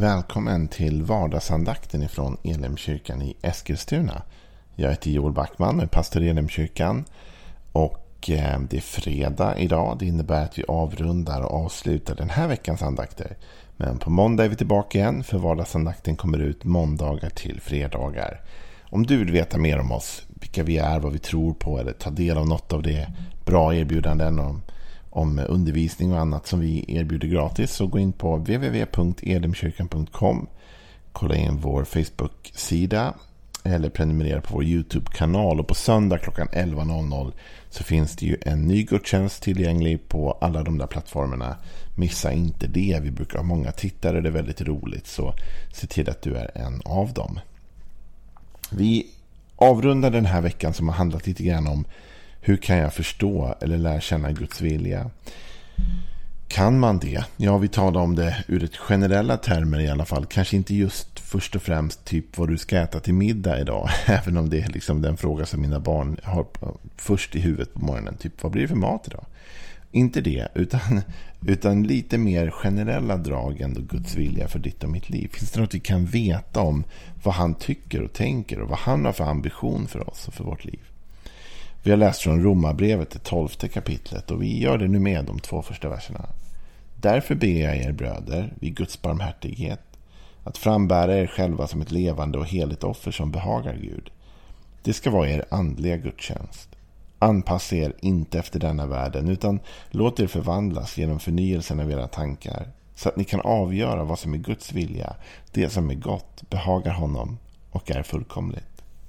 Välkommen till vardagsandakten ifrån Elimkyrkan i Eskilstuna. Jag heter Joel Backman och är pastor i Elimkyrkan. Och det är fredag idag. Det innebär att vi avrundar och avslutar den här veckans andakter. Men på måndag är vi tillbaka igen, för vardagsandakten kommer ut måndagar till fredagar. Om du vill veta mer om oss, vilka vi är, vad vi tror på, eller ta del av något av det bra erbjudanden om undervisning och annat som vi erbjuder gratis, så gå in på www.elimkyrkan.com, kolla in vår Facebook-sida eller prenumerera på vår YouTube-kanal. Och på söndag klockan 11.00 så finns det ju en ny gudstjänst tillgänglig på alla de där plattformarna. Missa inte det, vi brukar ha många tittare, det är väldigt roligt, så se till att du är en av dem. Vi avrundar den här veckan som har handlat lite grann om hur kan jag förstå eller lära känna Guds vilja. Kan man det? Ja, vi talar om det ur ett generella termer i alla fall. Kanske inte just först och främst typ vad du ska äta till middag idag. Även om det är liksom den fråga som mina barn har först i huvudet på morgonen. Typ, vad blir det för mat idag? Inte det, utan lite mer generella drag ändå Guds vilja för ditt och mitt liv. Finns det något vi kan veta om vad han tycker och tänker och vad han har för ambition för oss och för vårt liv? Vi har läst från Romarbrevet, det 12:e kapitlet, och vi gör det nu med de 2 första verserna. Därför ber jag er bröder, vid Guds barmhärtighet, att frambära er själva som ett levande och heligt offer som behagar Gud. Det ska vara er andliga gudstjänst. Anpassa er inte efter denna världen, utan låt er förvandlas genom förnyelsen av era tankar, så att ni kan avgöra vad som är Guds vilja, det som är gott, behagar honom och är fullkomligt.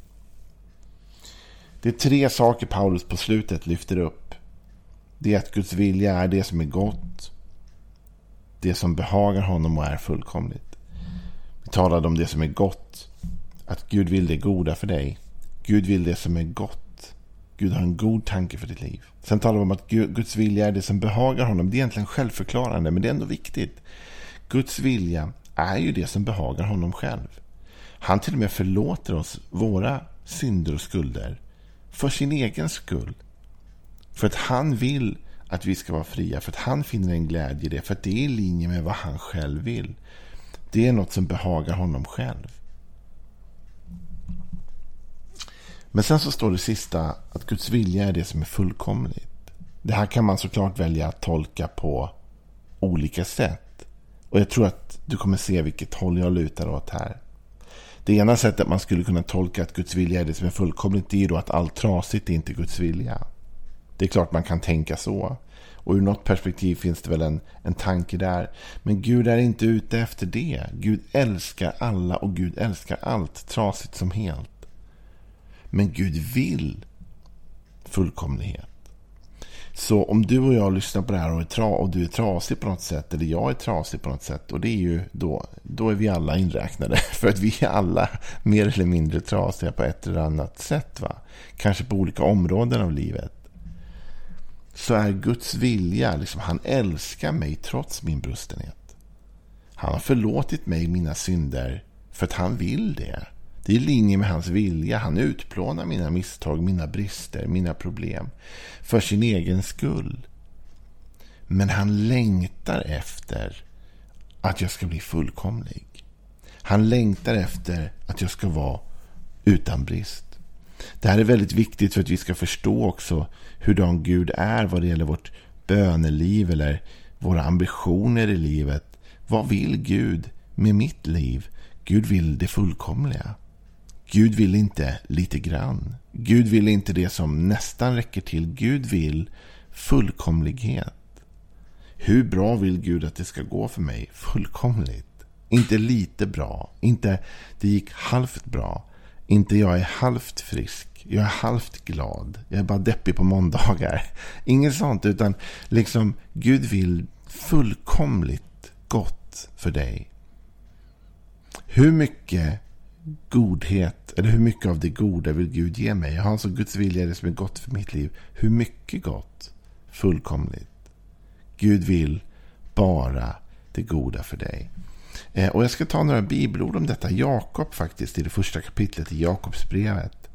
Det är 3 saker Paulus på slutet lyfter upp. Det är att Guds vilja är det som är gott, det som behagar honom och är fullkomligt. Vi talade om det som är gott, att Gud vill det goda för dig. Gud vill det som är gott. Gud har en god tanke för ditt liv. Sen talar vi om att Guds vilja är det som behagar honom. Det är egentligen självförklarande, men det är ändå viktigt. Guds vilja är ju det som behagar honom själv. Han till och med förlåter oss våra synder och skulder för sin egen skull. För att han vill att vi ska vara fria. För att han finner en glädje i det. För att det är i linje med vad han själv vill. Det är något som behagar honom själv. Men sen så står det sista, att Guds vilja är det som är fullkomligt. Det här kan man såklart välja att tolka på olika sätt. Och jag tror att du kommer se vilket håll jag lutar åt här. Det ena sättet man skulle kunna tolka att Guds vilja är det som är fullkomligt, det är då att allt trasigt är inte Guds vilja. Det är klart man kan tänka så. Och ur något perspektiv finns det väl en tanke där. Men Gud är inte ute efter det. Gud älskar alla och Gud älskar allt, trasigt som helt. Men Gud vill fullkomlighet. Så om du och jag lyssnar på det här och du är trasig på något sätt, eller jag är trasig på något sätt, och det är ju då är vi alla inräknade. För att vi är alla mer eller mindre trasiga på ett eller annat sätt, va? Kanske på olika områden av livet. Så är Guds vilja, liksom, han älskar mig trots min brustenhet. Han har förlåtit mig mina synder för att han vill det. Det är i linje med hans vilja. Han utplånar mina misstag, mina brister, mina problem för sin egen skull. Men han längtar efter att jag ska bli fullkomlig. Han längtar efter att jag ska vara utan brist. Det här är väldigt viktigt för att vi ska förstå också hur Gud är vad det gäller vårt böneliv eller våra ambitioner i livet. Vad vill Gud med mitt liv? Gud vill det fullkomliga. Gud vill inte lite grann. Gud vill inte det som nästan räcker till. Gud vill fullkomlighet. Hur bra vill Gud att det ska gå för mig? Fullkomligt. Inte lite bra. Inte det gick halvt bra. Inte jag är halvt frisk. Jag är halvt glad. Jag är bara deppig på måndagar. Inget sånt, utan liksom Gud vill fullkomligt gott för dig. Hur mycket godhet, eller hur mycket av det goda vill Gud ge mig? Jag har alltså Guds vilja, det som är gott för mitt liv. Hur mycket gott? Fullkomligt. Gud vill bara det goda för dig. Och jag ska ta några bibelord om detta. Jakob faktiskt, i det 1:a kapitlet i Jakobsbrevet,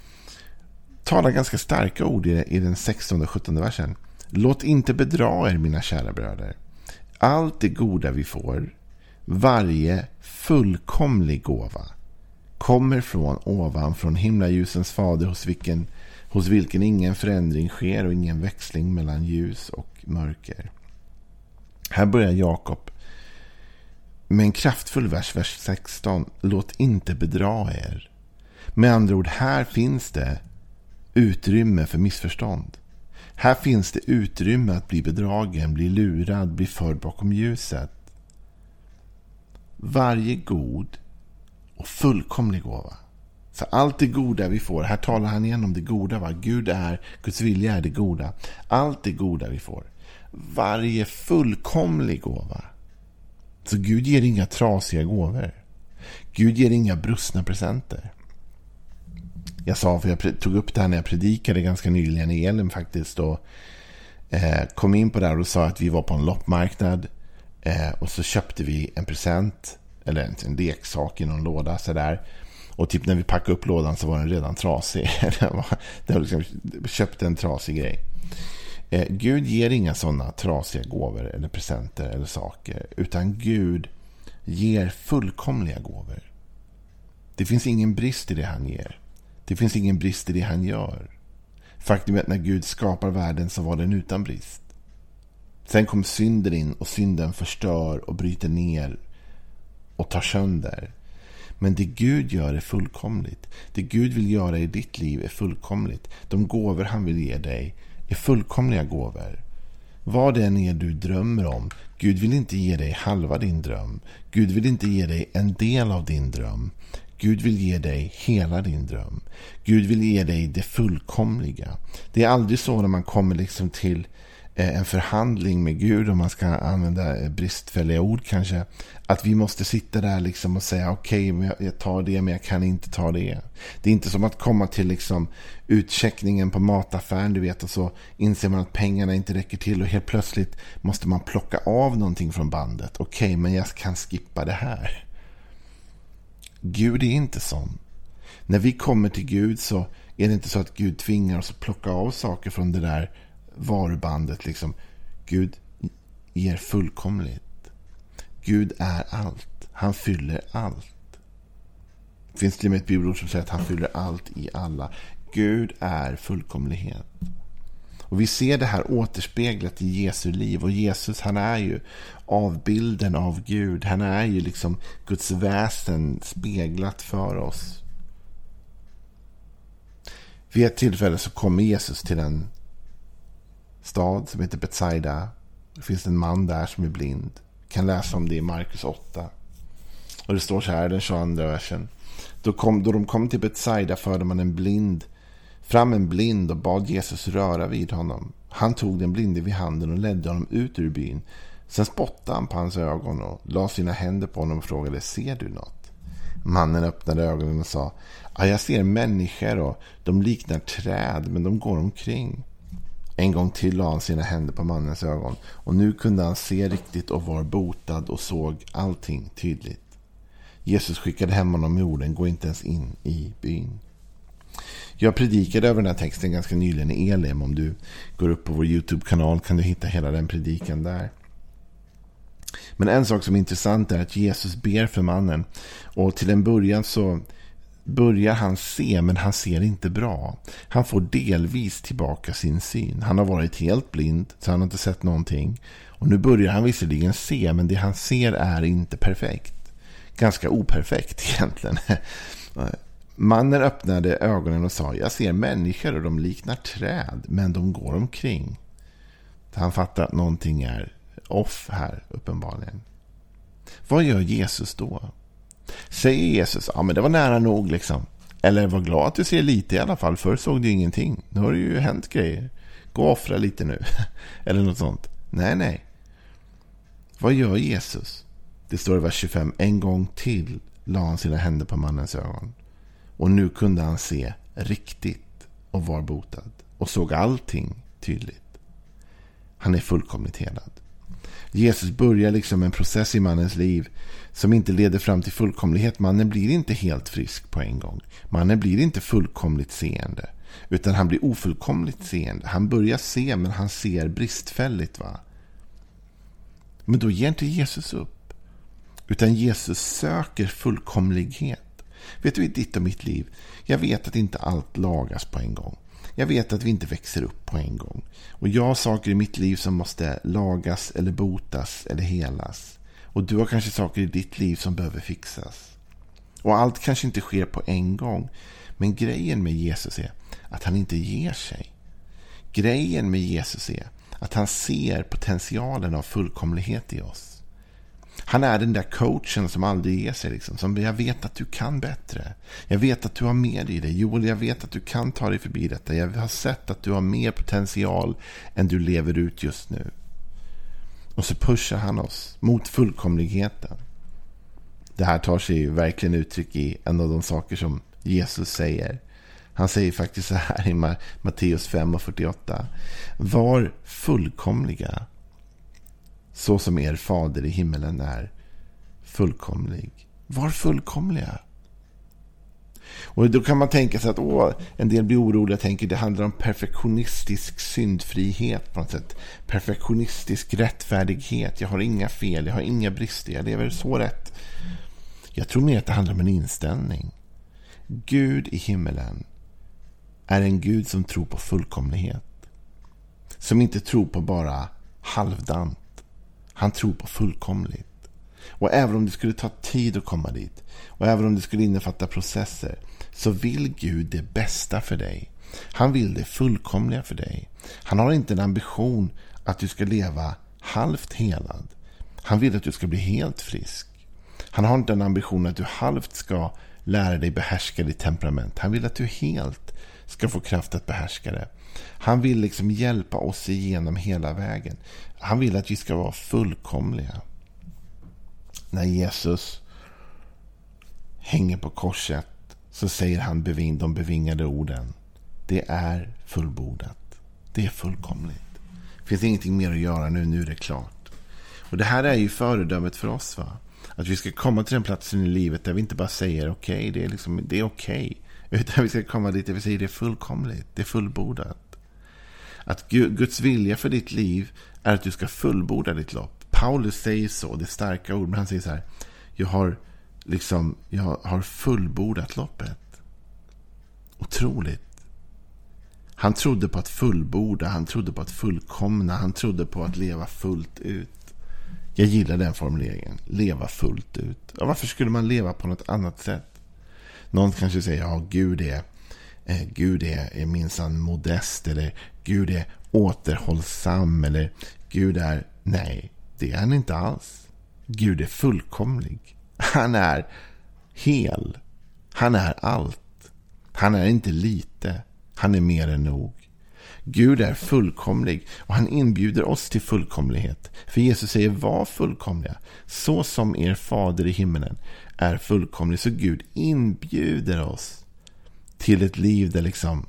talar ganska starka ord i den 16:e och 17:e versen. Låt inte bedra er, mina kära bröder. Allt det goda vi får, Varje fullkomlig gåva kommer från ovan, från himlaljusens fader, hos vilken ingen förändring sker och ingen växling mellan ljus och mörker. Här börjar Jakob med en kraftfull vers 16. Låt inte bedra er. Med andra ord, här finns det utrymme för missförstånd. Här finns det utrymme att bli bedragen, bli lurad, bli förd bakom ljuset. Varje god och fullkomlig gåva. Så allt det goda vi får, här talar han igen om det goda. Va? Guds vilja är det goda. Allt det goda vi får. Varje fullkomlig gåva. Så Gud ger inga trasiga gåvor. Gud ger inga brustna presenter. Jag sa, för jag tog upp det här när jag predikade ganska nyligen i Elim faktiskt. Och kom in på det här och sa att vi var på en loppmarknad. Och så köpte vi en present. Eller en leksak i någon låda sådär. Och typ när vi packade upp lådan så var den redan trasig. Det var liksom, köpte en trasig grej. Gud ger inga sådana trasiga gåvor eller presenter eller saker. Utan Gud ger fullkomliga gåvor. Det finns ingen brist i det han ger. Det finns ingen brist i det han gör. Faktum är att när Gud skapar världen så var den utan brist. Sen kom synden in och synden förstör och bryter ner och tar sönder. Men det Gud gör är fullkomligt. Det Gud vill göra i ditt liv är fullkomligt. De gåvor han vill ge dig är fullkomliga gåvor. Vad det än är du drömmer om. Gud vill inte ge dig halva din dröm. Gud vill inte ge dig en del av din dröm. Gud vill ge dig hela din dröm. Gud vill ge dig det fullkomliga. Det är aldrig så när man kommer liksom till en förhandling med Gud, om man ska använda bristfälliga ord kanske, att vi måste sitta där liksom och säga okej, jag tar det men jag kan inte ta det. Det är inte som att komma till liksom utcheckningen på mataffären, du vet, och så inser man att pengarna inte räcker till och helt plötsligt måste man plocka av någonting från bandet. Okej, men jag kan skippa det här. Gud är inte sån. När vi kommer till Gud så är det inte så att Gud tvingar oss att plocka av saker från det där varubandet liksom. Gud ger fullkomligt. Gud är allt. Han fyller allt. Det finns till och med ett bibelord som säger att han fyller allt i alla. Gud är fullkomlighet. Och vi ser det här återspeglat i Jesu liv. Och Jesus, han är ju avbilden av Gud. Han är ju liksom Guds väsen speglat för oss. Vid ett tillfälle så kommer Jesus till en stad som heter Betsaida. Det finns en man där som är blind. Kan läsa om det i Markus 8. Och det står så här, den 22 versen. Då de kom till Betsaida förde man fram en blind och bad Jesus röra vid honom. Han tog den blinde vid handen och ledde honom ut ur byn. Sen spottade han på hans ögon och la sina händer på honom och frågade: ser du något? Mannen öppnade ögonen och sa: ja, jag ser människor och de liknar träd, men de går omkring. En gång till la han sina händer på mannens ögon och nu kunde han se riktigt och var botad och såg allting tydligt. Jesus skickade hem honom med orden: gå inte ens in i byn. Jag predikade över den här texten ganska nyligen i Elim. Om du går upp på vår YouTube-kanal kan du hitta hela den predikan där. Men en sak som är intressant är att Jesus ber för mannen. Och till en början så börjar han se, men han ser inte bra. Han får delvis tillbaka sin syn. Han har varit helt blind, så han har inte sett någonting. Och nu börjar han visserligen se, men det han ser är inte perfekt. Ganska operfekt egentligen. Mannen öppnade ögonen och sa: jag ser människor och de liknar träd, men de går omkring. Han fattar att någonting är off här uppenbarligen. Vad gör Jesus då? Säger Jesus: ja, men det var nära nog liksom. Eller var glad att du ser lite i alla fall. Förr såg du ingenting. Nu har det ju hänt grejer. Gå och offra lite nu. Eller något sånt. Nej. Vad gör Jesus? Det står i vers 25. En gång till la han sina händer på mannens ögon. Och nu kunde han se riktigt och var botad. Och såg allting tydligt. Han är fullkomligt helad. Jesus börjar liksom en process i mannens liv som inte leder fram till fullkomlighet. Mannen blir inte helt frisk på en gång. Mannen blir inte fullkomligt seende. Utan han blir ofullkomligt seende. Han börjar se, men han ser bristfälligt, va? Men då ger inte Jesus upp. Utan Jesus söker fullkomlighet. Vet du, i ditt och mitt liv, jag vet att inte allt lagas på en gång. Jag vet att vi inte växer upp på en gång. Och jag har saker i mitt liv som måste lagas eller botas eller helas. Och du har kanske saker i ditt liv som behöver fixas. Och allt kanske inte sker på en gång. Men grejen med Jesus är att han inte ger sig. Grejen med Jesus är att han ser potentialen av fullkomlighet i oss. Han är den där coachen som aldrig ger sig. Som jag vet att du kan bättre. Jag vet att du har mer i dig. Joel, jag vet att du kan ta dig förbi detta. Jag har sett att du har mer potential än du lever ut just nu. Och så pushar han oss mot fullkomligheten. Det här tar sig ju verkligen uttryck i en av de saker som Jesus säger. Han säger faktiskt så här i Matteus 5:48. Var fullkomliga så som er fader i himmelen är fullkomlig. Var fullkomliga. Och då kan man tänka sig att en del blir oroliga och tänker det handlar om perfektionistisk syndfrihet på något sätt. Perfektionistisk rättfärdighet. Jag har inga fel, jag har inga brister, jag lever så rätt. Jag tror mer att det handlar om en inställning. Gud i himmelen är en Gud som tror på fullkomlighet. Som inte tror på bara halvdant. Han tror på fullkomligt. Och även om det skulle ta tid att komma dit, och även om det skulle innefatta processer, så vill Gud det bästa för dig. Han vill det fullkomliga för dig. Han har inte en ambition att du ska leva halvt helad. Han vill att du ska bli helt frisk. Han har inte en ambition att du halvt ska lära dig behärska ditt temperament. Han vill att du helt ska få kraft att behärska det. Han vill liksom hjälpa oss igenom hela vägen. Han vill att vi ska vara fullkomliga. När Jesus hänger på korset så säger han de bevingade orden. Det är fullbordat. Det är fullkomligt. Det finns ingenting mer att göra nu är det klart. Och det här är ju föredömet för oss, va? Att vi ska komma till den platsen i livet där vi inte bara säger okej, det är okej. Utan vi ska komma dit där vi säger det är fullkomligt, det är fullbordat. Att Guds vilja för ditt liv är att du ska fullborda ditt lopp. Paulus säger så, det är starka ord, men han säger så här: jag har fullbordat loppet. Otroligt. Han trodde på att fullborda, han trodde på att fullkomna, han trodde på att leva fullt ut. Jag gillar den formuleringen, leva fullt ut. Ja, varför skulle man leva på något annat sätt? Någon kanske säger, ja, Gud är minsann modest, eller Gud är återhållsam, eller Gud är... Nej, det är han inte alls. Gud är fullkomlig. Han är hel. Han är allt. Han är inte lite. Han är mer än nog. Gud är fullkomlig och han inbjuder oss till fullkomlighet. För Jesus säger, var fullkomliga så som er fader i himmelen är fullkomlig. Så Gud inbjuder oss till ett liv där liksom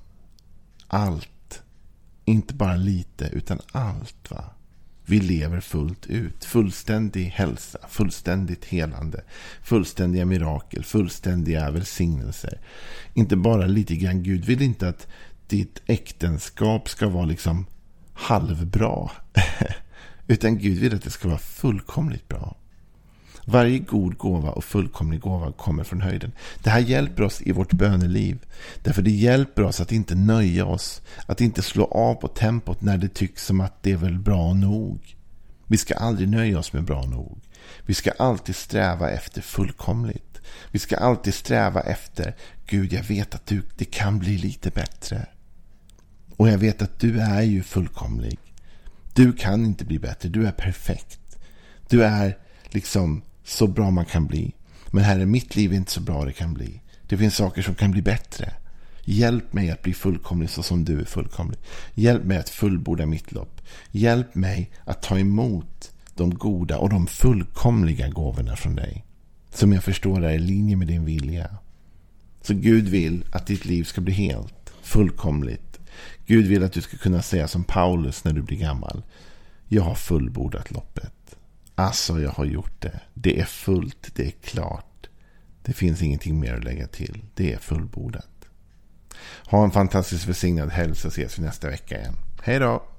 allt, inte bara lite utan allt, va? Vi lever fullt ut, fullständig hälsa, fullständigt helande, fullständiga mirakel, fullständiga välsignelser. Inte bara lite grann. Gud vill inte att ditt äktenskap ska vara liksom halvbra, utan Gud vill att det ska vara fullkomligt bra. Varje god gåva och fullkomlig gåva kommer från höjden. Det här hjälper oss i vårt böneliv. Därför det hjälper oss att inte nöja oss. Att inte slå av på tempot när det tycks som att det är väl bra nog. Vi ska aldrig nöja oss med bra nog. Vi ska alltid sträva efter fullkomligt. Vi ska alltid sträva efter, Gud, jag vet att det kan bli lite bättre. Och jag vet att du är ju fullkomlig. Du kan inte bli bättre. Du är perfekt. Du är liksom så bra man kan bli. Men här är mitt liv inte så bra det kan bli. Det finns saker som kan bli bättre. Hjälp mig att bli fullkomlig så som du är fullkomlig. Hjälp mig att fullborda mitt lopp. Hjälp mig att ta emot de goda och de fullkomliga gåvorna från dig. Som jag förstår är i linje med din vilja. Så Gud vill att ditt liv ska bli helt, fullkomligt. Gud vill att du ska kunna säga som Paulus när du blir gammal: jag har fullbordat loppet. Alltså, jag har gjort det. Det är fullt, det är klart. Det finns ingenting mer att lägga till. Det är fullbordat. Ha en fantastiskt välsignad helg, så ses vi nästa vecka igen. Hej då!